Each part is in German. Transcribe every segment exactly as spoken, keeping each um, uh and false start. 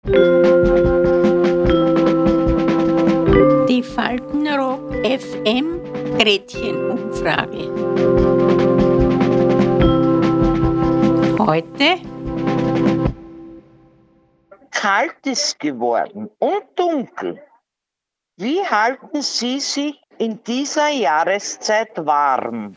Die Faltenrock F M Gretchenumfrage. Heute kalt ist geworden und dunkel. Wie halten Sie sich in dieser Jahreszeit warm?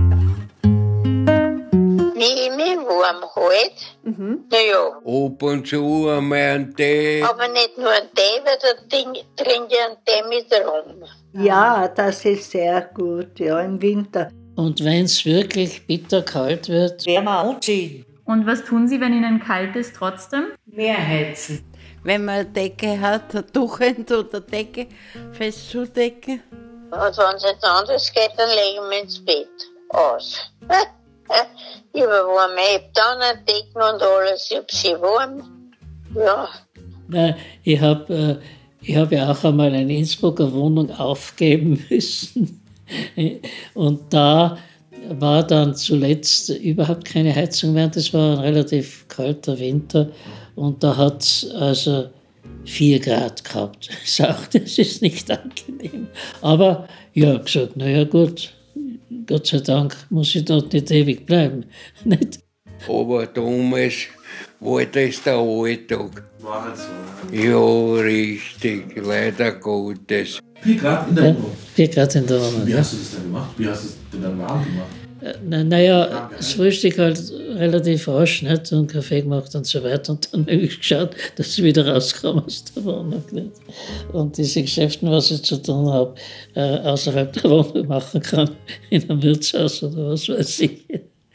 Nehme warm halt. Mhm. Naja. Ab und zu einmal einen Tee. Aber nicht nur einen Tee, weil da trinke ich einen Tee mit Rum. Ja, das ist sehr gut, ja, im Winter. Und wenn es wirklich bitterkalt wird, wärmer anziehen. Und was tun Sie, wenn Ihnen kalt ist trotzdem? Mehr heizen. Wenn man eine Decke hat, ein Tuch unter der Decke fest zudecken. Und wenn es nicht anders geht, dann legen wir ins Bett aus. Ich habe warm, ich habe dann eine Decke und alles, ich habe sie warm. Ja. Nein, ich habe äh, ich hab ja auch einmal eine Innsbrucker Wohnung aufgeben müssen. Und da war dann zuletzt überhaupt keine Heizung mehr. Das war ein relativ kalter Winter. Und da hat es also vier Grad gehabt. Ich sage, das ist nicht angenehm. Aber ich habe gesagt, naja gut, Gott sei Dank muss ich dort nicht ewig bleiben. Nicht? Aber damals war das der Alltag. War halt so. Ja, richtig, leider Gottes. vier Grad in der Wohnung? Ja, vier Grad in der Wohnung. Wie hast du das denn gemacht? Wie hast du es denn dann warm gemacht? Naja, na das Frühstück halt relativ rasch, nicht? Und Kaffee gemacht und so weiter. Und dann habe ich geschaut, dass ich wieder rauskomme aus der Wohnung. Nicht? Und diese Geschäfte, was ich zu tun habe, äh, außerhalb der Wohnung machen kann, in einem Wirtshaus oder was weiß ich.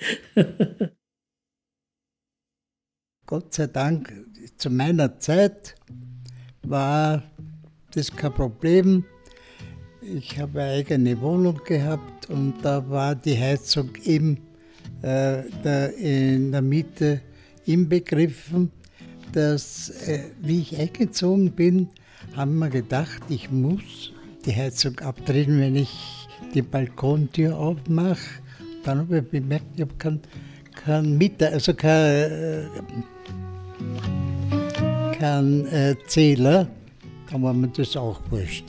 Gott sei Dank, zu meiner Zeit war das kein Problem. Ich habe eine eigene Wohnung gehabt und da war die Heizung eben äh, da in der Miete inbegriffen. Dass, äh, wie ich eingezogen bin, haben wir gedacht, ich muss die Heizung abdrehen, wenn ich die Balkontür aufmache. Dann habe ich bemerkt, ich habe keinen kein Mieter, also kein, äh, kein äh, Zähler. Dann war mir das auch wurscht.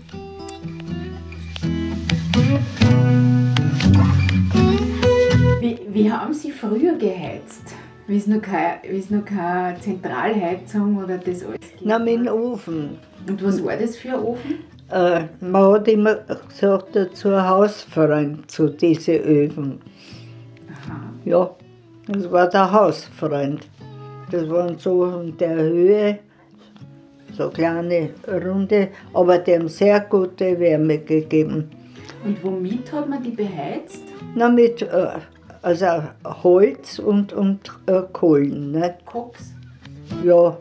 Wie, wie haben Sie früher geheizt? Wie es noch keine, wie es noch keine Zentralheizung oder das alles gibt? Na, mit dem Ofen. Und was war das für ein Ofen? Äh, man hat immer gesagt, dazu Hausfreund zu diesen Öfen. Aha. Ja, das war der Hausfreund. Das waren so in der Höhe, so kleine Runde, aber die haben sehr gute Wärme gegeben. Und womit hat man die beheizt? Na, mit äh, also Holz und, und äh, Kohlen. Nicht? Koks? Ja,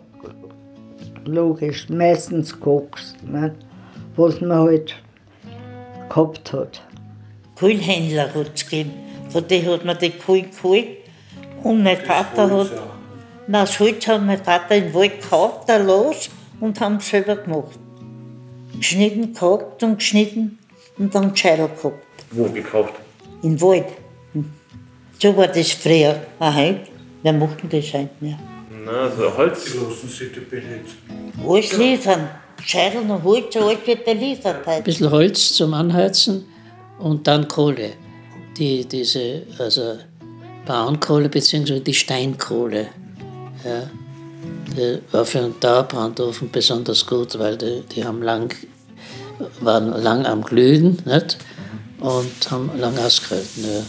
logisch, meistens Koks, nicht? Was man halt gehabt hat. Kohlenhändler hat es gegeben, von denen hat man die Kohlen geholt. Und mein Vater hat, nein, das Holz hat mein Vater im Wald gekauft, da los und haben es selber gemacht. Geschnitten gehabt und geschnitten und dann Scheitel gehabt. Wo gekauft? Im Wald. So war das früher. Ah, heute? Wer macht denn das heute mehr? Na, so Holz. Alles liefern. Scheitel und Holz, alles wird beliefert heute. Ein bisschen Holz zum Anheizen und dann Kohle. Die, diese, also Braunkohle bzw. die Steinkohle. Ja. Die war für einen Dauerbrandofen besonders gut, weil die, die haben lang, waren lang am Glühen, nicht? Und haben lang ausgehalten. Ja.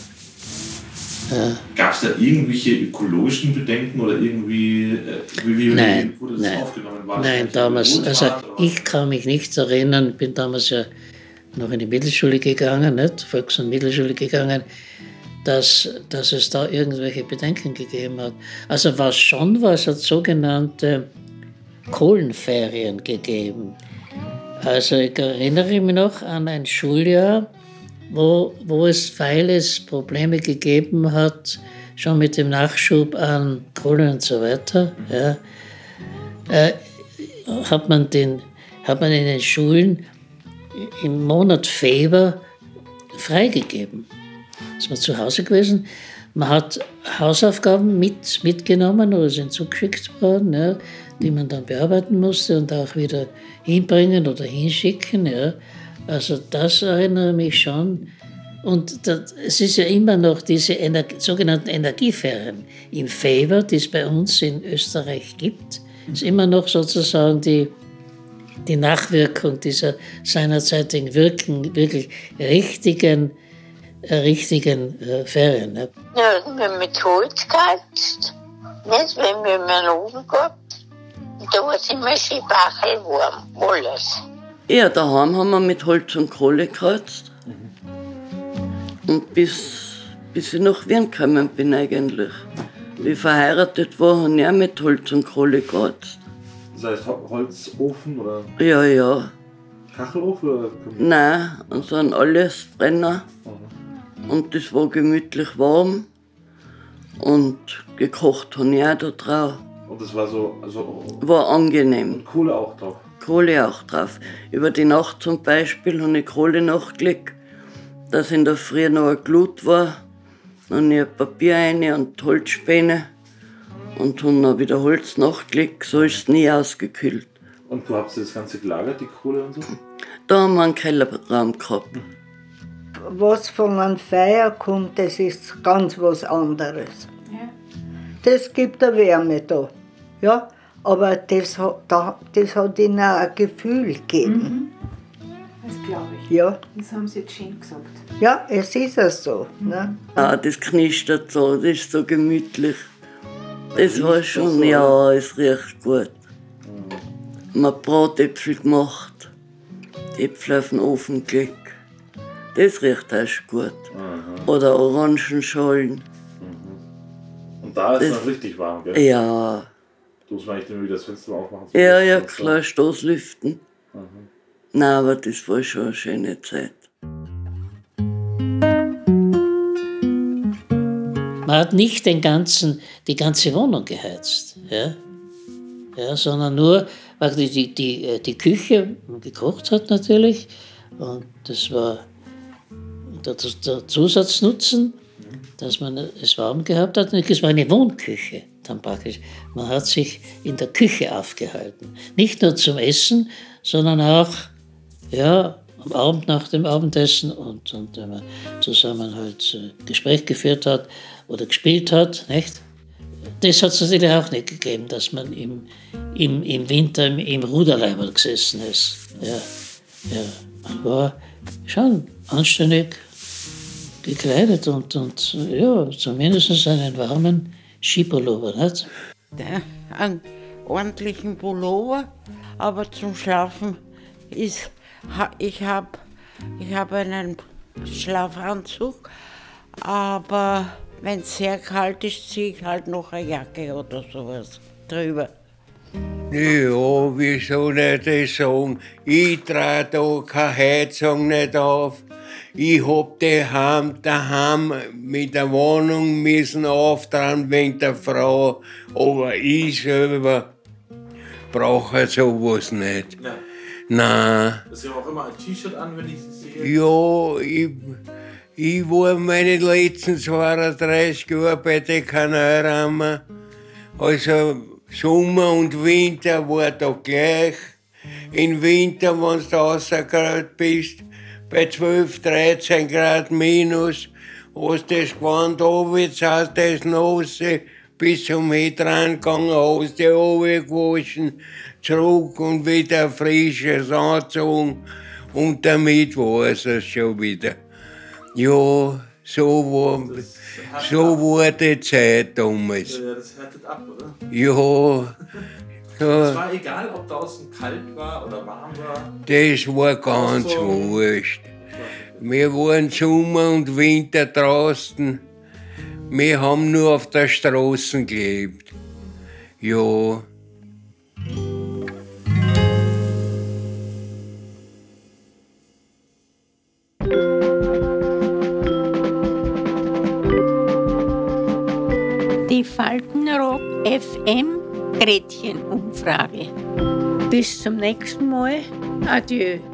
Ja. Gab es da irgendwelche ökologischen Bedenken oder irgendwie, äh, wie, wie nein, wurde das nein, aufgenommen? War nein, das damals, also oder? ich kann mich nicht erinnern, ich bin damals ja noch in die Mittelschule gegangen, nicht? Volks- und Mittelschule gegangen, dass, dass es da irgendwelche Bedenken gegeben hat. Also was schon war, es hat sogenannte Kohlenferien gegeben. Also ich erinnere mich noch an ein Schuljahr, Wo, wo es, weil es Probleme gegeben hat, schon mit dem Nachschub an Kohle und so weiter, ja, äh, hat, man den, hat man in den Schulen im Monat Februar freigegeben. Ist man zu Hause gewesen, man hat Hausaufgaben mit, mitgenommen oder sind zugeschickt worden, ja, die man dann bearbeiten musste und auch wieder hinbringen oder hinschicken. Ja. Also das erinnere mich schon. Und das, es ist ja immer noch diese Ener- sogenannten Energieferien im Februar, die es bei uns in Österreich gibt. Ist immer noch sozusagen die, die Nachwirkung dieser seinerzeitigen Wirken, wirklich richtigen, äh, richtigen äh, Ferien. Ne? Ja, wenn wir mit Holz geheizt, nicht, wenn wir einen Ofen gehabt, da war es immer schön bachel warm, alles. Ja, daheim haben wir mit Holz und Kohle geheizt. Und bis, bis ich nach Wien gekommen bin eigentlich. Wie ich verheiratet war, habe ich auch mit Holz und Kohle geheizt. Das heißt Holzofen oder Ja, ja. Kachelofen? Oder? Nein, und so ein Allesbrenner. Mhm. Und das war gemütlich warm. Und gekocht habe ich auch da drauf. Und das war so... Also war angenehm. Und Kohle auch drauf? Kohle auch drauf. Über die Nacht zum Beispiel habe ich Kohle nachgelegt, dass in der Früh noch eine Glut war. Dann habe ich ein Papier rein und Holzspäne und habe dann wieder Holz nachgelegt. So ist es nie ausgekühlt. Und du hast das Ganze gelagert, die Kohle und so? Da haben wir einen Kellerraum gehabt. Was von einer Feier kommt, das ist ganz was anderes. Ja. Das gibt eine Wärme da. Ja? Aber das, hat- da- das hat ihnen auch ein Gefühl gegeben. Mhm. Das glaube ich. Ja. Das haben sie jetzt schön gesagt. Ja, es ist ja so. Ne? Ah, das knistert so, das ist so gemütlich. Das war schon, ja, es riecht gut. Man hat Bratäpfel gemacht, die Äpfel auf den Ofen gelegt. Das riecht auch schon gut. Mhm. Oder Orangenschalen. Und da ist es Das- noch richtig warm, gell? Ja, Du musst mal echt immer wieder das Fenster aufmachen. ja, ja, Das- klar, Stoßlüften. Mhm. Nein, aber das war schon eine schöne Zeit. Man hat nicht den ganzen, die ganze Wohnung geheizt, ja? Ja, sondern nur praktisch die, die, die Küche gekocht hat natürlich. Und das war der, der Zusatznutzen, dass man es warm gehabt hat. Und es war eine Wohnküche dann praktisch. Man hat sich in der Küche aufgehalten. Nicht nur zum Essen, sondern auch ja, am Abend nach dem Abendessen und, und wenn man zusammen halt äh, Gespräch geführt hat oder gespielt hat, nicht? Das hat es natürlich auch nicht gegeben, dass man im, im, im Winter im, im Ruderleiberl gesessen ist. Ja, ja, man war schon anständig gekleidet und, und ja, zumindest einen warmen Skipullover, nicht? Der, einen ordentlichen Pullover, aber zum Schlafen ist, ha- ich habe ich hab einen Schlafanzug, aber wenn es sehr kalt ist, ziehe ich halt noch eine Jacke oder sowas drüber. Ja, wieso nicht das sagen? Ich trage da keine Heizung nicht auf. Ich hab daheim, daheim mit der Wohnung müssen auftragen wegen der Frau. Aber ich selber brauche sowas nicht. Ja. Nein. Das ist ja auch immer ein T-Shirt an, wenn ich es sehe. Ja, ich, ich war meine letzten zweiunddreißig Jahre bei den Kanalrahmen. Also Sommer und Winter war da gleich. Im Winter, wenn du rausgerannt bist, bei zwölf, dreizehn Grad minus, hast das Gewand runtergezogen, das Nasse, bis zum Hydran gegangen, hast dich runtergewaschen, zurück und wieder frisches angezogen. Und damit war es schon wieder. Ja, so war, so war die Zeit damals. Ja, das härtet ab, oder? Ja, Es ja, war egal, ob draußen kalt war oder warm war. das war ganz Ach so. wurscht. Wir waren Sommer und Winter draußen. Wir haben nur auf der Straße gelebt. Ja. Die Faltenrock F M Gretchenumfrage. Bis zum nächsten Mal. Adieu.